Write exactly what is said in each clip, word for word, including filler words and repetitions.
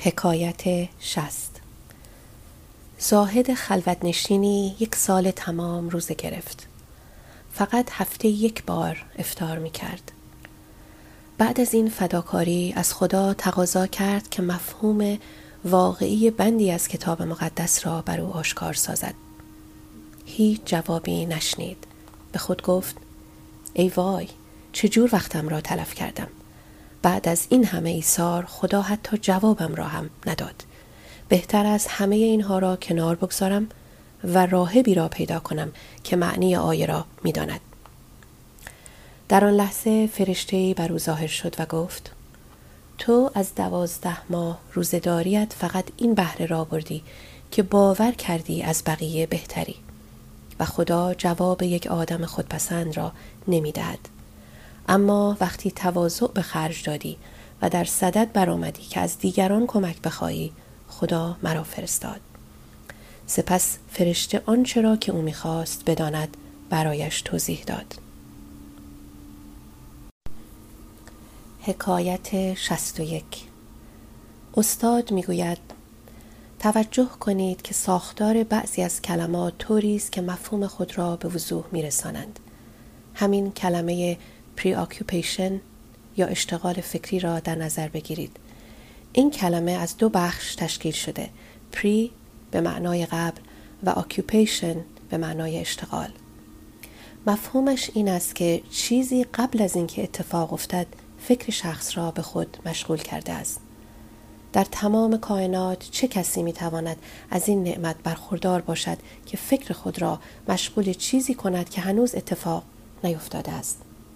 حکایت شصت. زاهد خلوت نشینی یک سال تمام روزه گرفت. فقط هفته یک بار افطار می کرد. بعد از این فداکاری از خدا تقاضا کرد که مفهوم واقعی بندی از کتاب مقدس را بر او آشکار سازد. هیچ جوابی نشنید. به خود گفت: ای وای، چجور وقتم را تلف کردم. بعد از این همه ایثار خدا حتی جوابم را هم نداد. بهتر از همه اینها را کنار بگذارم و راهبی را پیدا کنم که معنی آیه را می داند. در آن لحظه فرشته‌ای بر او ظاهر شد و گفت: تو از دوازده ماه روزه‌داریت فقط این بهره را بردی که باور کردی از بقیه بهتری و خدا جواب یک آدم خودپسند را نمی دهد. اما وقتی تواضع به خرج دادی و در صدد برآمدی که از دیگران کمک بخواهی، خدا مرا فرستاد. سپس فرشته آنچه را که او می‌خواست بداند برایش توضیح داد. حکایت شصت و یک. استاد میگوید: توجه کنید که ساختار بعضی از کلمات طوری است که مفهوم خود را به وضوح میرسانند. همین کلمه preoccupation یا اشتغال فکری را در نظر بگیرید. این کلمه از دو بخش تشکیل شده: pre به معنای قبل و occupation به معنای اشتغال. مفهومش این است که چیزی قبل از اینکه اتفاق افتد فکر شخص را به خود مشغول کرده است. در تمام کائنات چه کسی میتواند از این نعمت برخوردار باشد که فکر خود را مشغول چیزی کند که هنوز اتفاق نیفتاده است؟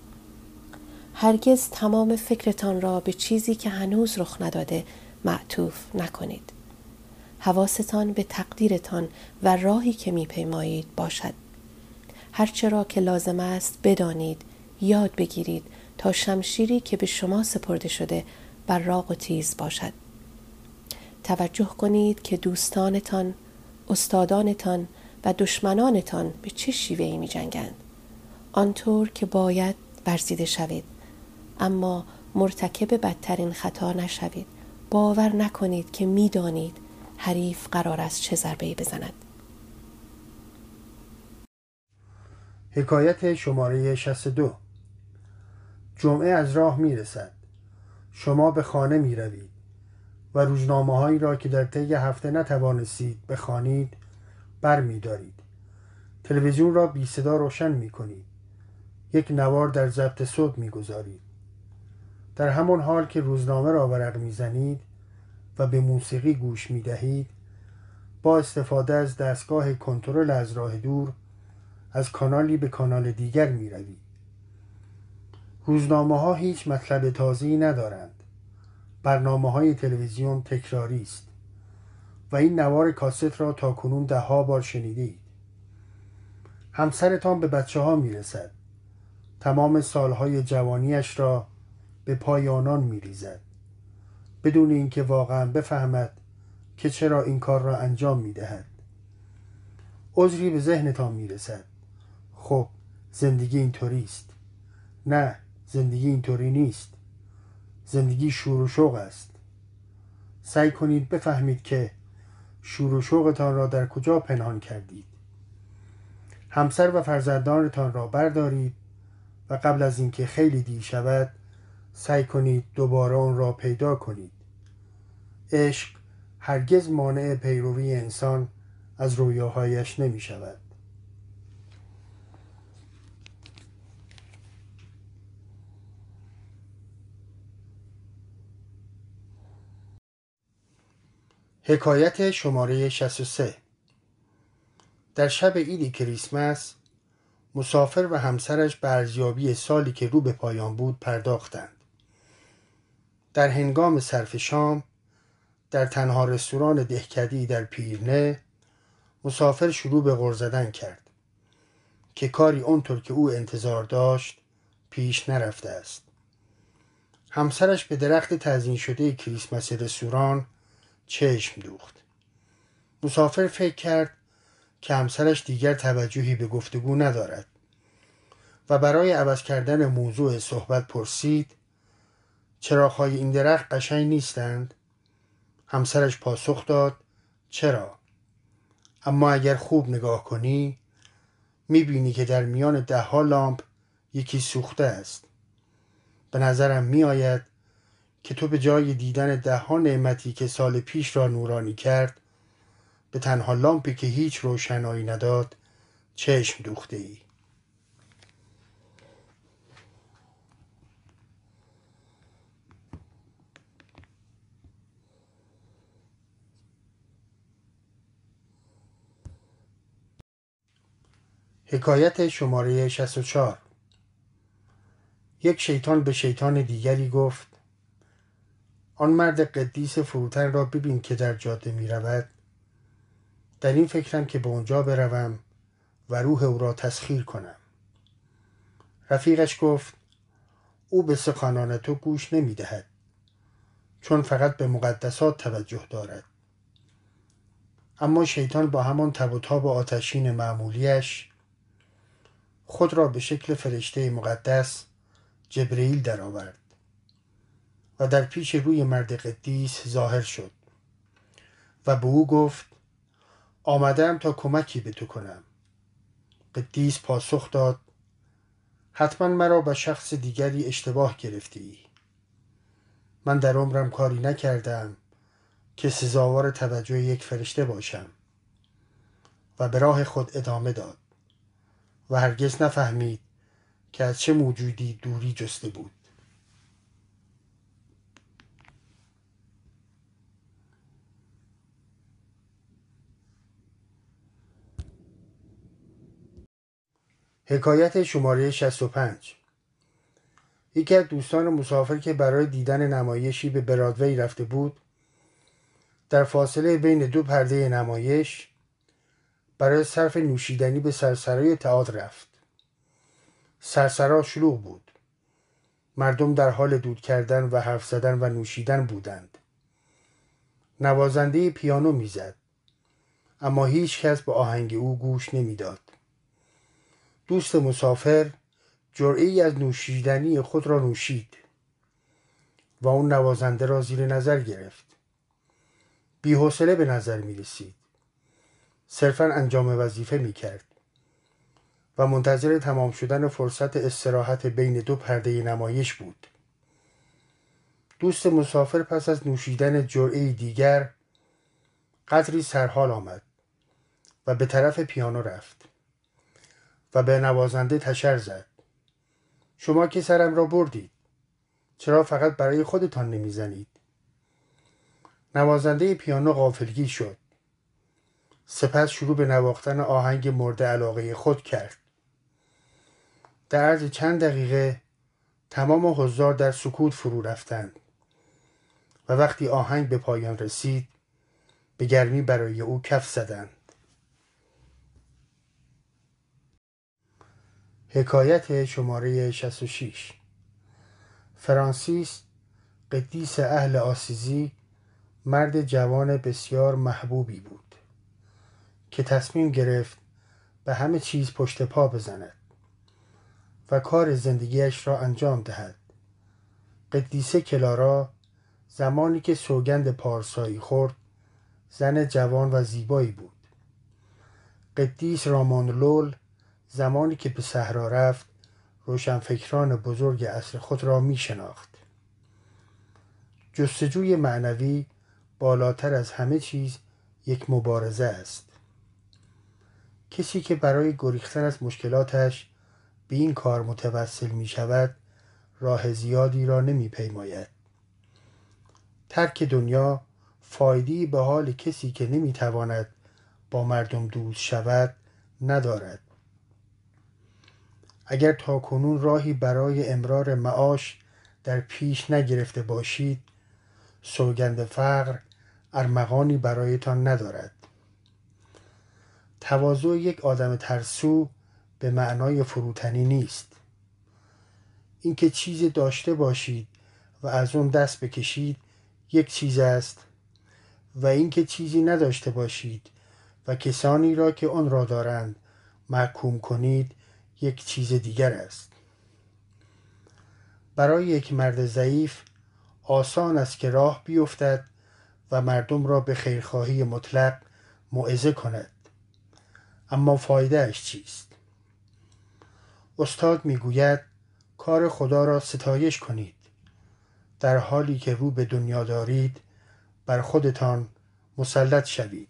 هرگز تمام فکرتان را به چیزی که هنوز رخ نداده معطوف نکنید. حواستان به تقدیرتان و راهی که میپیمایید باشد. هرچه را که لازم است بدانید، یاد بگیرید تا شمشیری که به شما سپرده شده براق و تیز باشد. توجه کنید که دوستانتان، استادانتان و دشمنانتان به چه شیوهی می جنگند. آنطور که باید ورزیده شوید، اما مرتکب بدترین خطا نشوید. باور نکنید که می دانید حریف قرار است چه ضربه‌ای بزند. حکایت شماره شصت و دو. جمعه از راه می رسد. شما به خانه می روید و روزنامه هایی را که در طی هفته نتوانستید بخوانید بر می دارید. تلویزیون را بی صدا روشن می کنید. یک نوار در ضبط صوت می گذارید. در همان حال که روزنامه را ورق می زنید و به موسیقی گوش می دهید، با استفاده از دستگاه کنترل از راه دور از کانالی به کانال دیگر می روید. روزنامه ها هیچ مطلب تازه‌ای ندارند. برنامه های تلویزیون تکراری است و این نوار کاست را تا کنون ده ها بار شنیدید. همسرتان به بچه ها می رسد. تمام سالهای جوانیش را به پای آنان می ریزد بدون اینکه واقعا بفهمد که چرا این کار را انجام می دهد. عذری به ذهنتان می رسد: خب زندگی اینطوری است. نه، زندگی اینطوری نیست. زندگی شور و شوق است. سعی کنید بفهمید که شور و شوقتان را در کجا پنهان کردید. همسر و فرزندانتان را بردارید و قبل از اینکه خیلی دیر شود سعی کنید دوباره آن را پیدا کنید. عشق هرگز مانع پیروی انسان از رویاهایش نمی شود. حکایت شماره شصت و سه. در شب عید کریسمس مسافر و همسرش به ارزیابی سالی که رو به پایان بود پرداختند. در هنگام صرف شام در تنها رستوران دهکده‌ای در پیرنه مسافر شروع به غر زدن کرد که کاری اونطور که او انتظار داشت پیش نرفته است. همسرش به درخت تزیین شده کریسمس رستوران چشم دوخت. مسافر فکر کرد که همسرش دیگر توجهی به گفتگو ندارد و برای عوض کردن موضوع صحبت پرسید: چراغ‌های این درخت قشنگ نیستند؟ همسرش پاسخ داد چرا؟ اما اگر خوب نگاه کنی میبینی که در میان ده ها لامپ یکی سوخته است. به نظرم میآید که تو به جای دیدن ده ها نعمتی که سال پیش را نورانی کرد، به تنها لامپی که هیچ روشنایی نداد چشم دوخته ای. حکایت شماره شصت و چهار. یک شیطان به شیطان دیگری گفت آن مرد قدیس فروتن را ببین که در جاده می رود. در این فکرم که به اونجا بروم و روح او را تسخیر کنم. رفیقش گفت او به سخنان تو گوش نمی دهد، چون فقط به مقدسات توجه دارد. اما شیطان با همان تب و تاب آتشین معمولیش خود را به شکل فرشته مقدس جبرئیل درآورد و در پیش روی مرد قدیس ظاهر شد و به او گفت آمدم تا کمکی به تو کنم. قدیس پاسخ داد حتما مرا به شخص دیگری اشتباه گرفتی. من در عمرم کاری نکردم که سزاوار توجه یک فرشته باشم. و به راه خود ادامه داد و هرگز نفهمید که از چه موجودی دوری جسته بود. حکایت شماره شصت و پنج. یکی از دوستان مسافر که برای دیدن نمایشی به برادوی رفته بود، در فاصله بین دو پرده نمایش برای صرف نوشیدنی به سرسرای تئاتر رفت. سرسرا شلوغ بود. مردم در حال دود کردن و حرف زدن و نوشیدن بودند. نوازنده پیانو میزد، اما هیچ کس به آهنگ او گوش نمیداد. دوست مسافر جرعه‌ای از نوشیدنی خود را نوشید و اون نوازنده را زیر نظر گرفت. بی‌حوصله به نظر می رسید. صرفاً انجام وظیفه می کرد و منتظر تمام شدن فرصت استراحت بین دو پرده نمایش بود. دوست مسافر پس از نوشیدن جرعه‌ای دیگر قدری سرحال آمد و به طرف پیانو رفت و به نوازنده تشر زد. شما که سرم را بردید، چرا فقط برای خودتان نمیزنید؟ نوازنده پیانو غافلگیر شد. سپس شروع به نواختن آهنگ مورد علاقه خود کرد. در عرض چند دقیقه تمام حضار در سکوت فرو رفتند و وقتی آهنگ به پایان رسید به گرمی برای او کف زدند. حکایت شماره شصت و شش. فرانسیس قدیس اهل آسیزی مرد جوان بسیار محبوبی بود که تصمیم گرفت به همه چیز پشت پا بزند و کار زندگیش را انجام دهد. قدیسه کلارا زمانی که سوگند پارسایی خورد زن جوان و زیبایی بود. قدیس رامان لول زمانی که به صحرا رفت روشنفکران بزرگ عصر خود را می شناخت. جستجوی معنوی بالاتر از همه چیز یک مبارزه است. کسی که برای گریختن از مشکلاتش به این کار متوسل می شود راه زیادی را نمی پیماید. ترک دنیا فایده‌ای به حال کسی که نمی تواند با مردم دوست شود ندارد. اگر تا کنون راهی برای امرار معاش در پیش نگرفته باشید، سوگند فقر ارمغانی برایتان ندارد. تواضع یک آدم ترسو به معنای فروتنی نیست. اینکه چیزی داشته باشید و از اون دست بکشید یک چیز است و اینکه چیزی نداشته باشید و کسانی را که آن را دارند محکوم کنید یک چیز دیگر است. برای یک مرد ضعیف آسان است که راه بیفتد و مردم را به خیرخواهی مطلق موعظه کند. اما فایده اش چیست؟ استاد میگوید کار خدا را ستایش کنید. در حالی که رو به دنیا دارید بر خودتان مسلط شوید.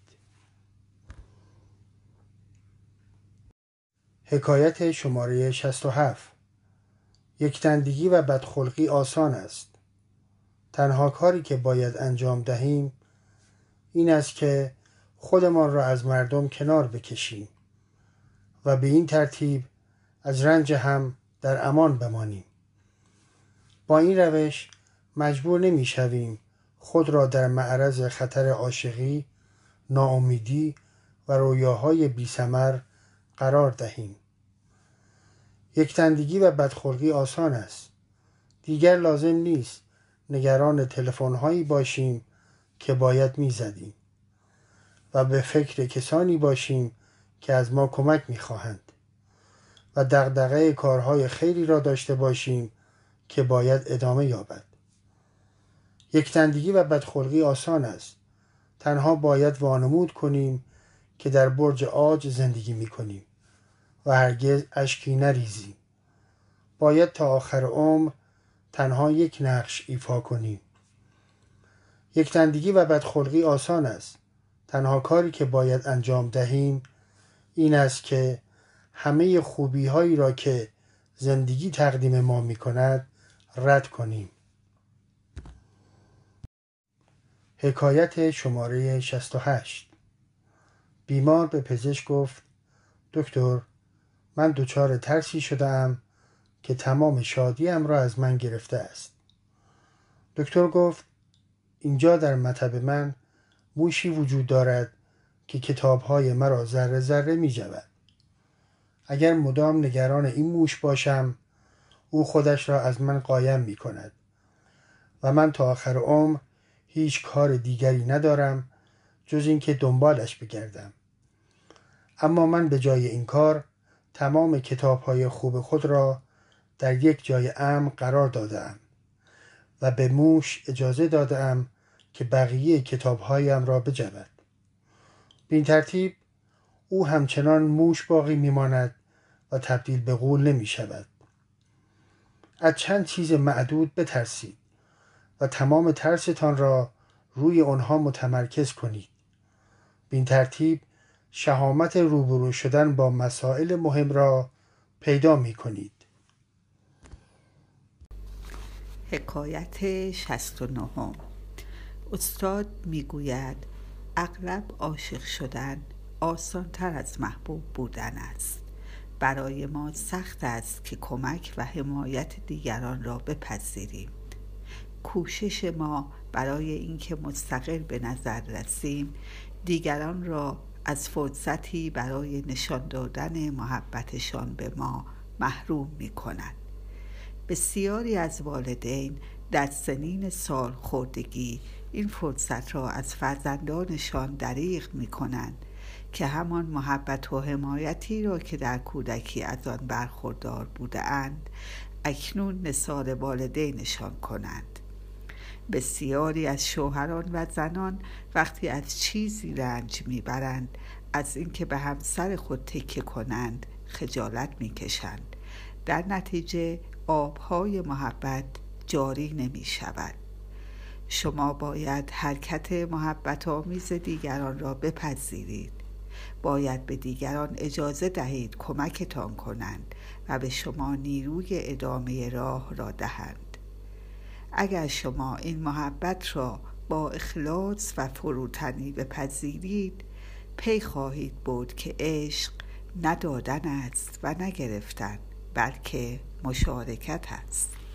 حکایت شماره شصت و هفت. یکتندگی و بدخلقی آسان است. تنها کاری که باید انجام دهیم این است که خودمان را از مردم کنار بکشیم و به این ترتیب از رنج هم در امان بمانیم. با این روش مجبور نمی شویم خود را در معرض خطر عاشقی، ناامیدی و رویاهای بی ثمر قرار دهیم. یکتندگی و بدخلقی آسان است. دیگر لازم نیست نگران تلفن‌هایی باشیم که باید می‌زدیم و به فکر کسانی باشیم که از ما کمک می‌خواهند و دغدغه کارهای خیری را داشته باشیم که باید ادامه یابد. یکتندگی و بدخلقی آسان است. تنها باید وانمود کنیم که در برج عاج زندگی می‌کنیم و هرگز اشکی نریزیم. باید تا آخر عمر تنها یک نقش ایفا کنیم. یکتندگی و بدخلقی آسان است. تنها کاری که باید انجام دهیم این است که همه خوبی هایی را که زندگی تقدیم ما می کند رد کنیم. حکایت شماره شصت و هشت. بیمار به پزشک گفت دکتر، من دچار ترسی شده‌ام که تمام شادیم را از من گرفته است. دکتر گفت اینجا در مطب من موشی وجود دارد که کتاب‌های مرا ذره ذره می جود. اگر مدام نگران این موش باشم او خودش را از من قایم می کند و من تا آخر عمر هیچ کار دیگری ندارم جز این که دنبالش بگردم. اما من به جای این کار تمام کتاب‌های خوب خود را در یک جای امن قرار دادم و به موش اجازه دادم که بقیه کتاب‌هایم را بجود. به این ترتیب او همچنان موش باقی می‌ماند و تبدیل به غول نمی‌شود. از چند چیز معدود بترسید و تمام ترستان را روی آنها متمرکز کنید. به این ترتیب شهامت روبرو شدن با مسائل مهم را پیدا می‌کنید. حکایت شصت و نه. استاد میگوید اغلب عاشق شدن آسان‌تر از محبوب بودن است. برای ما سخت است که کمک و حمایت دیگران را بپذیریم. کوشش ما برای اینکه مستقل به نظر رسیم دیگران را از فرصتی برای نشان دادن محبتشان به ما محروم می‌کند. بسیاری از والدین در سنین سالخوردگی این فرصت را از فرزندانشان دریغ می‌کنند که همان محبت و حمایتی را که در کودکی از آن برخوردار بودند اکنون نثار والدینشان کنند. بسیاری از شوهران و زنان وقتی از چیزی رنج میبرند از اینکه به همسر خود تکیه کنند خجالت میکشند. در نتیجه آبهای محبت جاری نمی شود. شما باید حرکت محبت آمیز دیگران را بپذیرید. باید به دیگران اجازه دهید کمکتان کنند و به شما نیروی ادامه راه را دهند. اگر شما این محبت را با اخلاص و فروتنی بپذیرید پی خواهید برد که عشق نه دادن است و نه گرفتن بلکه مشارکت است.